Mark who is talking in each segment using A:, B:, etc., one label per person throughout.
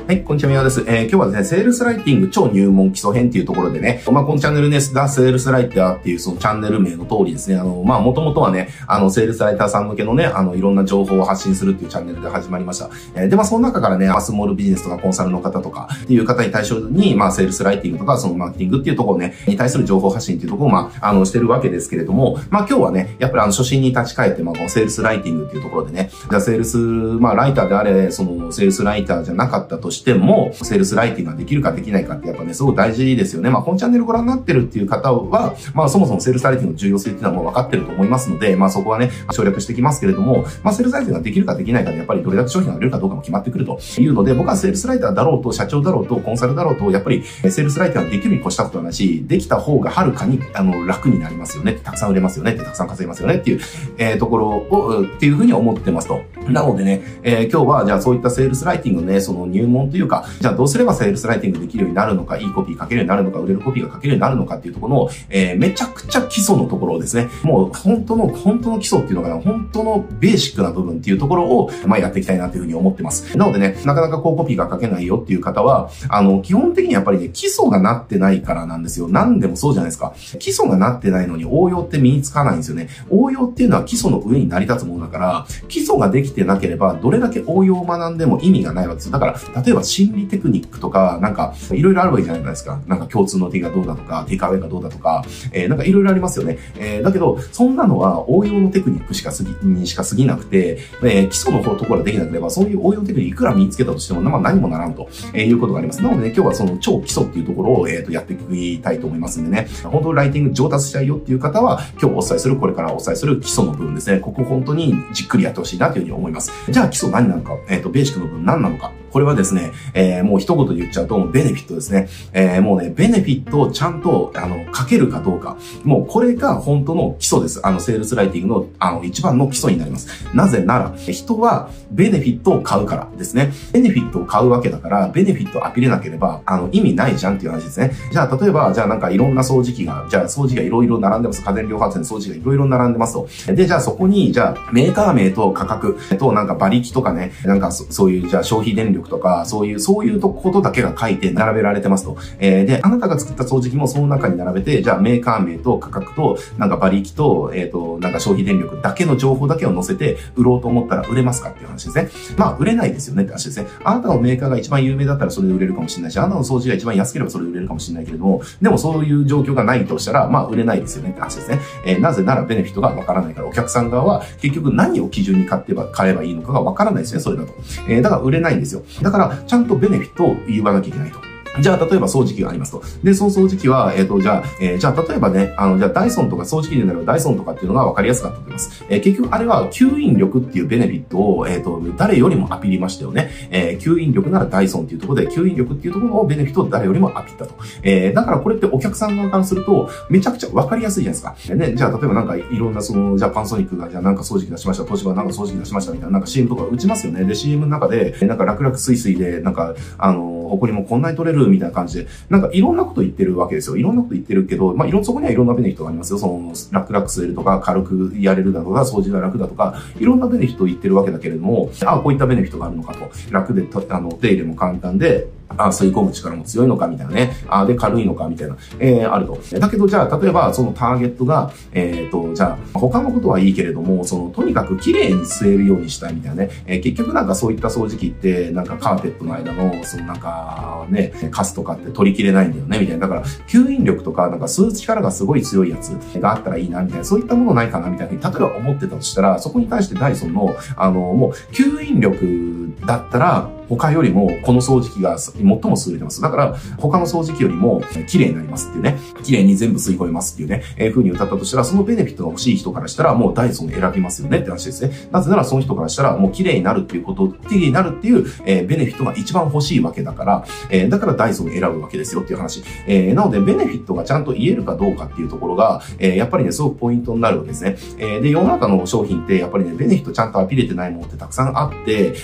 A: はい、こんにちは、みやです。今日はですね、セールスライティング超入門基礎編っていうところでね、このチャンネルね、ザ・セールスライターっていうそのチャンネル名の通りですね、もともとはね、セールスライターさん向けのね、いろんな情報を発信するっていうチャンネルで始まりました。で、その中からね、スモールビジネスとかコンサルの方とかっていう方に対象に、セールスライティングとか、そのマーケティングっていうところね、に対する情報発信っていうところを、してるわけですけれども、今日はね、やっぱり初心に立ち返って、このセールスライティングっていうところでね、じゃあセールス、ライターであれ、そのセールスライターじゃなかったとしても、セールスライティングができるかできないかってやっぱね、すごく大事ですよね。このチャンネルご覧になってるっていう方は、そもそもセールスライティングの重要性っていうのはもう分かってると思いますので、そこはね、省略してきますけれども、セールスライティングができるかできないかで、やっぱりどれだけ商品が売れるかどうかも決まってくるというので、僕はセールスライターだろうと、社長だろうと、コンサルだろうと、やっぱりセールスライターができるに越したことはないし、できた方がはるかに、楽になりますよね。たくさん売れますよね。たくさん稼げますよねっていう、ところを、っていうふうに思ってますと。なのでね、今日は、じゃあそういったセールスライティングのね、その入門というか、じゃあどうすればセールスライティングできるようになるのか、いいコピー書けるようになるのか、売れるコピーが書けるようになるのかっていうところの、めちゃくちゃ基礎のところをですね、もう本当の基礎っていうのかな、本当のベーシックな部分っていうところを、やっていきたいなというふうに思ってます。なのでね、なかなかコピーが書けないよっていう方は、基本的にやっぱりね、基礎がなってないからなんですよ。何でもそうじゃないですか。基礎がなってないのに応用って身につかないんですよね。応用っていうのは基礎の上に成り立つものだから、基礎ができてなければ、どれだけ応用を学んでも意味がないわけですよ。だから、例えば心理テクニックとか、いろいろあるわけじゃないですか。共通の手がどうだとか、テイクアウェイがどうだとか、いろいろありますよね。だけど、そんなのは応用のテクニックにしか過ぎなくて、基礎のところができなければ、そういう応用テクニックいくら身につけたとしても、何もならんということがあります。なのでね、今日はその超基礎っていうところを、やっていきたいと思いますんでね、本当にライティング上達したいよっていう方は、今日お伝えする、これからお伝えする基礎の部分ですね。ここ本当にじっくりやってほしいなというふうに思います。じゃあ基礎何なのか、ベーシックの部分何なのか。これはですね、もう一言で言っちゃうと、ベネフィットですね。もうね、ベネフィットをちゃんと、書けるかどうか。もうこれが本当の基礎です。セールスライティングの、一番の基礎になります。なぜなら、人はベネフィットを買うからですね。ベネフィットを買うわけだから、ベネフィットをアピれなければ、意味ないじゃんっていう話ですね。じゃあ、例えば、いろんな掃除機が、掃除がいろいろ並んでます。家電量販店の掃除がいろいろ並んでますと。で、じゃあそこに、メーカー名と価格と、馬力とかね、そういう、消費電力とか、そういうことだけが書いて並べられてますと。で、あなたが作った掃除機もその中に並べて、じゃあメーカー名と価格と、馬力と、消費電力だけの情報だけを載せて、売ろうと思ったら売れますかっていう話ですね。売れないですよねって話ですね。あなたのメーカーが一番有名だったらそれで売れるかもしれないし、あなたの掃除が一番安ければそれで売れるかもしれないけれども、でもそういう状況がないとしたら、売れないですよねって話ですね。なぜならベネフィットがわからないから、お客さん側は結局何を基準に買えばいいのかがわからないですね、それだと。だから売れないんですよ。だから、ちゃんとベネフィットを言わなきゃいけないと。じゃあ、例えば掃除機がありますと。で、その掃除機は、例えばね、ダイソンとか掃除機でならダイソンとかっていうのが分かりやすかったと思います。結局、あれは吸引力っていうベネフィットを、誰よりもアピりましたよね。吸引力ならダイソンっていうところで、吸引力っていうところのベネフィットを誰よりもアピったと。だからこれってお客さん側からすると、めちゃくちゃ分かりやすいじゃないですか。ね、じゃあ、例えばいろんなパナソニックが、掃除機出しました、東芝掃除機出しましたみたいな、CM とか打ちますよね。で、CM の中で、楽々スイスイで、埃もこんなに取れるみたいな感じで、いろんなこと言ってるわけですよ。いろんなこと言ってるけど、そこにはいろんなベネフィットがありますよ。楽々吸えるとか、軽くやれるだとか、掃除が楽だとか、いろんなベネフィットを言ってるわけだけれども、こういったベネフィットがあるのかと。楽で、手入れも簡単で、吸い込む力も強いのかみたいなね。で、軽いのかみたいな、あると。だけど、じゃあ、例えば、そのターゲットが、他のことはいいけれども、とにかく綺麗に吸えるようにしたいみたいなね。結局そういった掃除機って、カーペットの間の、カスとかって取りきれないんだよね、みたいな。だから、吸引力とか、吸う力がすごい強いやつがあったらいいな、みたいな。そういったものないかな、みたいな。例えば思ってたとしたら、そこに対してダイソンの、もう、吸引力だったら、他よりもこの掃除機が最も優れてます。だから他の掃除機よりも綺麗になりますっていうね。綺麗に全部吸い込めますっていうね。風に歌ったとしたら、そのベネフィットが欲しい人からしたらもうダイソン選びますよねって話ですね。なぜならその人からしたらもう綺麗になるっていうこと、綺麗になるっていう、ベネフィットが一番欲しいわけだから、だからダイソンを選ぶわけですよっていう話。なのでベネフィットがちゃんと言えるかどうかっていうところが、やっぱりね、すごくポイントになるわけですね。で、世の中の商品ってやっぱりね、ベネフィットちゃんとアピれてないものってたくさんあって、やっぱね、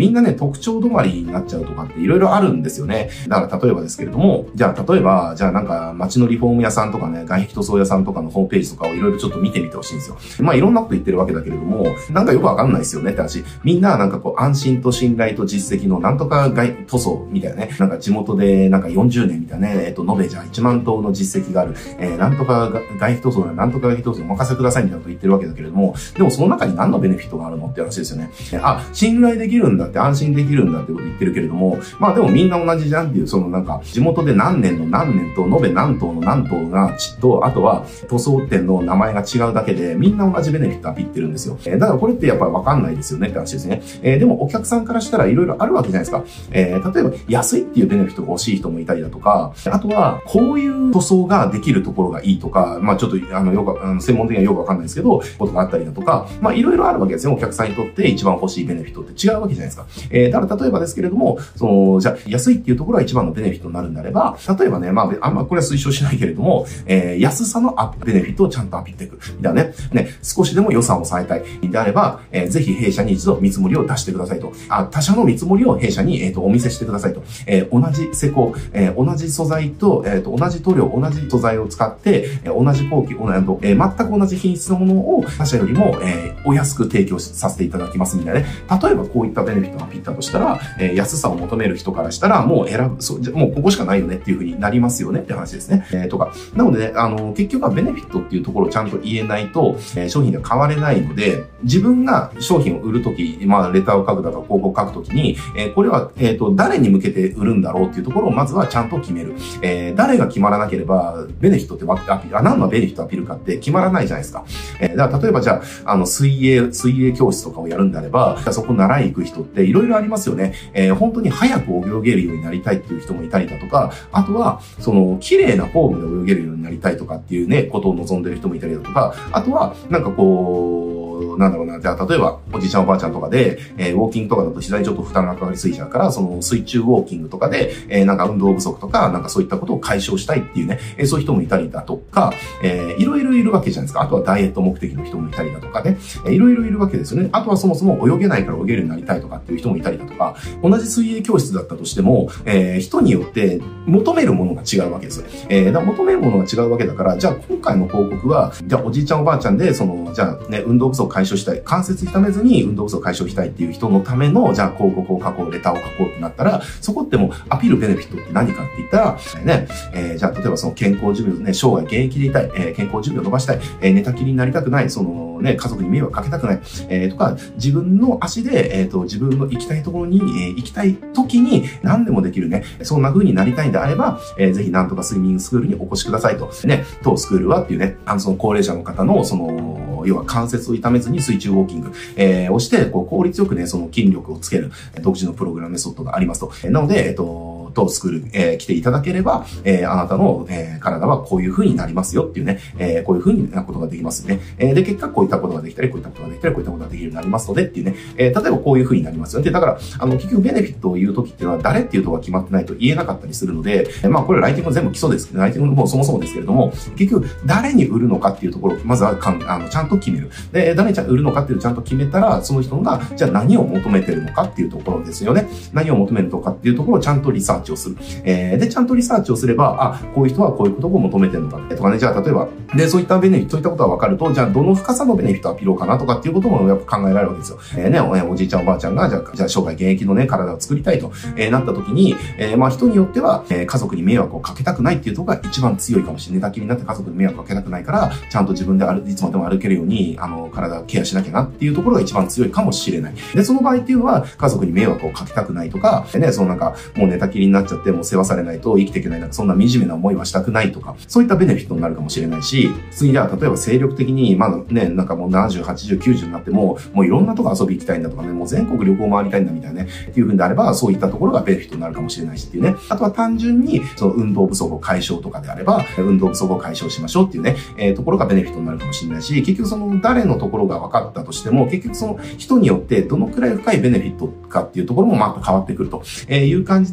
A: みんなね、特徴止まりになっちゃうとかっていろいろあるんですよね。だから例えばですけれども、じゃあ例えば、じゃあなんか街のリフォーム屋さんとかね、外壁塗装屋さんとかのホームページとかをいろいろちょっと見てみてほしいんですよ。まあいろんなこと言ってるわけだけれども、なんかよくわかんないですよねって話。みんななんかこう安心と信頼と実績のなんとか塗装みたいなね、なんか地元でなんか40年みたいなね、延べじゃあ1万棟の実績がある、なんとか外壁塗装やなんとか外壁塗装お任せくださいみたいなこと言ってるわけだけれども、でもその中に何のベネフィットがあるのって話ですよね。信頼できるんだって安心できるんだってこと言ってるけれども、まあでもみんな同じじゃんっていう、そのなんか地元で何年の何年と延べ何棟の何棟がと、あとは塗装店の名前が違うだけでみんな同じベネフィットアピってるんですよ。だからこれってやっぱりわかんないですよねって話ですね。でもお客さんからしたらいろいろあるわけじゃないですか。例えば安いっていうベネフィットが欲しい人もいたりだとか、あとはこういう塗装ができるところがいいとか、まあちょっと専門的にはよくわかんないですけど、ことがあったりだとか、まあいろいろあるわけですよ。お客さんにとって一番欲しいベネフィットって違うわけじゃないですか。だから例えばですけれども、じゃあ安いっていうところが一番のベネフィットになるんであれば、例えばね、まああんまこれは推奨しないけれども、安さのベネフィットをちゃんとアピっていく。みたいなね。少しでも予算を抑えたい。であれば、ぜひ弊社に一度見積もりを出してくださいと。他社の見積もりを弊社に、お見せしてくださいと。同じ施工、同じ素材と、同じ塗料、同じ素材を使って、同じ工期、全く同じ品質のものを他社よりも、お安く提供させていただきますみたいなね。例えばこういったベネフィットがピッタとしたら、安さを求める人からしたら、もうここしかないよねっていう風になりますよねって話ですね。とか。なのでね、結局はベネフィットっていうところをちゃんと言えないと、商品が買われないので、自分が商品を売るとき、まあ、レターを書くだとか広告を書くときに、これは、誰に向けて売るんだろうっていうところをまずはちゃんと決める。誰が決まらなければ、ベネフィットって何のベネフィットアピールかって決まらないじゃないですか。だから例えばじゃあ、水泳教室とかをやるんであれば、そこ習い行く人っていろいろありますよね。本当に早く泳げるようになりたいっていう人もいたりだとか、あとは、綺麗なフォームで泳げるようになりたいとかっていうね、ことを望んでる人もいたりだとか、あとは、なんかなんだろうな、じゃあ例えばおじいちゃんおばあちゃんとかで、ウォーキングとかだと膝にちょっと負担がかかりすぎちゃうから、水中ウォーキングとかで、なんか運動不足とか、なんかそういったことを解消したいっていうね、そういう人もいたりだとか、いろいろいるわけじゃないですか。あとはダイエット目的の人もいたりだとかね、いろいろいるわけですよね。あとはそもそも泳げないから泳げるようになりたいとかっていう人もいたりだとか、同じ水泳教室だったとしても、人によって求めるものが違うわけですよ。だから求めるものが違うわけだから、じゃあ今回の広告は、じゃあおじいちゃんおばあちゃんで、じゃあね、運動不足解消したい、関節痛めずに運動不足解消したいっていう人のための、じゃあ広告を書こう、レターを書こうってなったら、そこってもうアピールベネフィットって何かって言ったら、ね、じゃあ例えば健康寿命ね、生涯現役でいたい、健康寿命を伸ばしたい、寝たきりになりたくない、家族に迷惑かけたくない、とか、自分の足で、自分の行きたいところに、行きたい時に何でもできるね、そんな風になりたいんであれば、ぜひなんとかスイミングスクールにお越しくださいと。ね、当スクールはっていうね、高齢者の方の、要は関節を痛めずに水中ウォーキング、をして、効率よくね、筋力をつける、独自のプログラムメソッドがありますと。なので、当スクール、来ていただければ、あなたの、体はこういう風になりますよっていうね、こういう風になことができますね。で、結果こういったことができたり、こういったことができたり、こういったことができるようになりますのでっていうね、例えばこういう風になりますよね。だから、結局ベネフィットを言うときっていうのは誰っていうところが決まってないと言えなかったりするので、まあこれライティングは全部基礎です。ライティングもそもそもですけれども、結局誰に売るのかっていうところをまずはちゃんと決める。で、誰に売るのかっていうのをちゃんと決めたら、その人が、じゃあ何を求めてるのかっていうところですよね。何を求めるのかっていうところをちゃんとリサーチをする。で、ちゃんとリサーチをすれば、こういう人はこういうことを求めてるのかとかね、じゃあ例えば、で、そういったベネフィット、そういったことが分かると、じゃあどの深さのベネフィットをアピろうかなとかっていうこともやっぱ考えられるわけですよ。おじいちゃんおばあちゃんが、じゃあ生涯現役のね、体を作りたいと、なった時に、まあ人によっては、家族に迷惑をかけたくないっていうところが一番強いかもしれない。寝たきりになって家族に迷惑をかけたくないから、ちゃんと自分でいつまでも歩けるように、体をケアしなきゃなっていうところが一番強いかもしれない。で、その場合っていうのは、家族に迷惑をかけたくないとか、ね、もう寝たきりになっちゃって、もう世話されないと生きていけない、そんな惨めな思いはしたくないとか、そういったベネフィットになるかもしれないし、次じゃあ、例えば精力的に、まだね、もう70、80、90になってもういろんなとこ遊び行きたいんだとかね、もう全国旅行回りたいんだみたいなね、っていう風になれば、そういったところがベネフィットになるかもしれないしっていうね。あとは単純に、運動不足を解消とかであれば、運動不足を解消しましょうっていうね、ところがベネフィットになるかもしれないし、結局誰のところが分かったとしても、結局人によってどのくらい深いベネフィットかっていうところもまた変わってくるという感じで、結局ベネ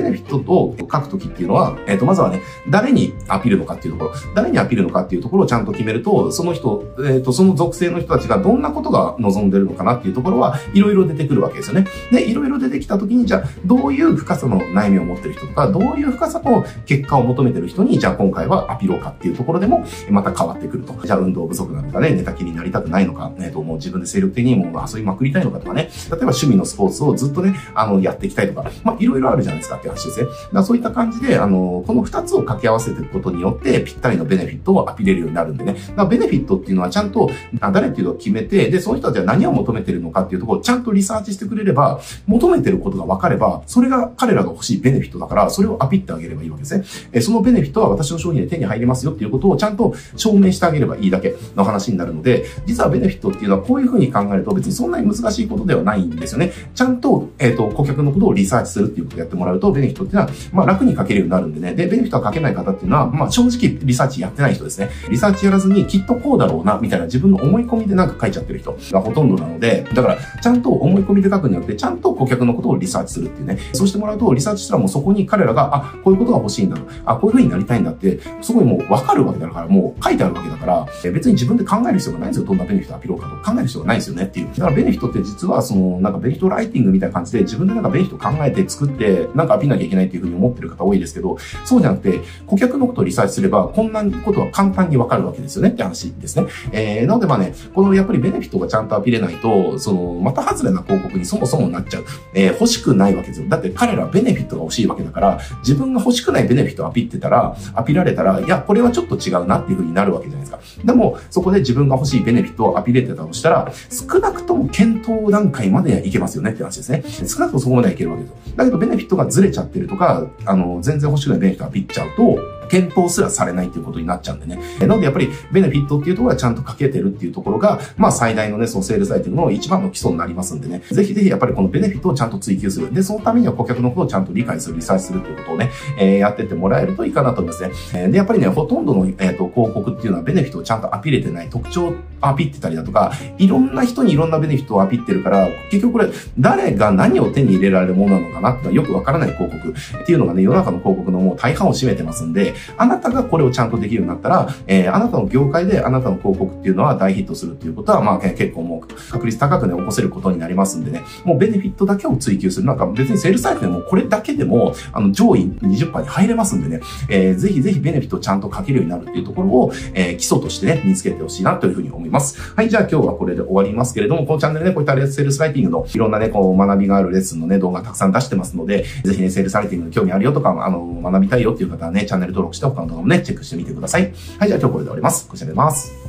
A: ネフィットを書くときっていうのは、まずはね、誰にアピールのかっていうところ、誰にアピールのかっていうところをちゃんと決めると、その人、その属性の人たちがどんなことが望んでるのかなっていうところはいろいろ出てくるわけですよね。で、いろいろ出てきたときに、じゃあ、どういう深さの悩みを持ってる人とか、どういう深さの結果を求めてる人に、じゃあ今回はアピろうかっていうところでも、また変わってくると。じゃあ運動不足なのかね、寝たきりになりたくないのか、もう自分で精力的にもう遊びまくりたいのかとかね、例えば趣味のスポーツをずっとね、やっていきたいとか、いろいろあるじゃないですかっていう話ですね。だからそういった感じで、この二つを掛け合わせていくことによって、ぴったりのベネフィットをアピれるようになるんでね。だからベネフィットっていうのはちゃんと、誰っていうのを決めて、で、その人たちは何を求めてるのかっていうところをちゃんとリサーチしてくれれば、求めてることが分かれば、それが彼らが欲しいベネフィットだから、それをアピってあげればいいわけですね。そのベネフィットは私の商品で手に入りますよっていうことをちゃんと証明してあげればいいだけの話になるので、実はベネフィットっていうのはこういうふうに考えると別にそんなに難しいことではないんですよね。ちゃんと、顧客のことをリサーチするっていうことをやってもらうと、ベネフィットっていうのは、楽に書けるようになるんでね。で、ベネフィットが書けない方っていうのは、正直リサーチやってない人ですね。リサーチやらずにきっとこうだろうな、みたいな自分の思い込みでなんか書いちゃってる人がほとんどなので、だから、ちゃんと思い込みで書くによって、ちゃんと顧客のことをリサーチするっていうね。そうしてもらうと、リサーチしたらもうそこに彼らが、こういうことが欲しいんだと。こういう風になりたいんだって、すごいもうわかるわけだから、もう書いてあるわけだから、別に自分で考える必要がないんですよ。どんなベネフィットをアピろうかと。考える必要がないんですよねっていう。だからベネフィットって実は、なんかベネフィットライティングみたいな感じで、自分でなんかベネフィットを考えて作って、なんかアピんなきゃいけないっていう風に思ってる方多いですけど、そうじゃなくて、顧客のことをリサーチすれば、こんなことは簡単にわかるわけですよねって話ですね。なのでこのやっぱりベネフィットがちゃんとアピれないと、また外れな広告にそもそもなっちゃう。欲しくないわけですよ。だって彼らはベネフィットが欲しいわけだから、自分が欲しくないベネフィットをアピられたら、いや、これはちょっと違うなっていう風になるわけじゃないですか。でも、そこで自分が欲しいベネフィットをアピれてたとしたら、少なくとも検討段階までいけますよねって話ですね。少なくともそこまではいけるわけですよ。だけど、ベネフィットがずれちゃってるとか、全然欲しくないベネフィットをアピっちゃうと、検討すらされないっていうことになっちゃうんでね。なのでやっぱりベネフィットっていうところはちゃんと書けてるっていうところが、最大のね、そのセールスライティングの一番の基礎になりますんでね。ぜひぜひやっぱりこのベネフィットをちゃんと追求する。で、そのためには顧客のことをちゃんと理解する、リサーチするっていうことをね、やってってもらえるといいかなと思いますね。で、やっぱりね、ほとんどの、広告っていうのはベネフィットをちゃんとアピれてない、特徴をアピってたりだとか、いろんな人にいろんなベネフィットをアピってるから、結局これ、誰が何を手に入れられるものなのかなっていうのはよくわからない広告っていうのがね、世の中の広告のもう大半を占めてますんで、あなたがこれをちゃんとできるようになったら、あなたの業界であなたの広告っていうのは大ヒットするっていうことは、結構もう確率高くね、起こせることになりますんでね、もうベネフィットだけを追求する。なんか別にセールスサイトでもこれだけでも、上位 20% に入れますんでね、ぜひぜひベネフィットをちゃんと書けるようになるっていうところを、基礎としてね、見つけてほしいなというふうに思います。はい、じゃあ今日はこれで終わりますけれども、このチャンネルね、こういったセールスライティングのいろんなね、学びがあるレッスンのね、動画たくさん出してますので、ぜひね、セールスライティングに興味あるよとか、学びたいよっていう方はね、チャンネル登録して他の動画もね、チェックしてみてください。はい、じゃあ今日これで終わります。こちらでます。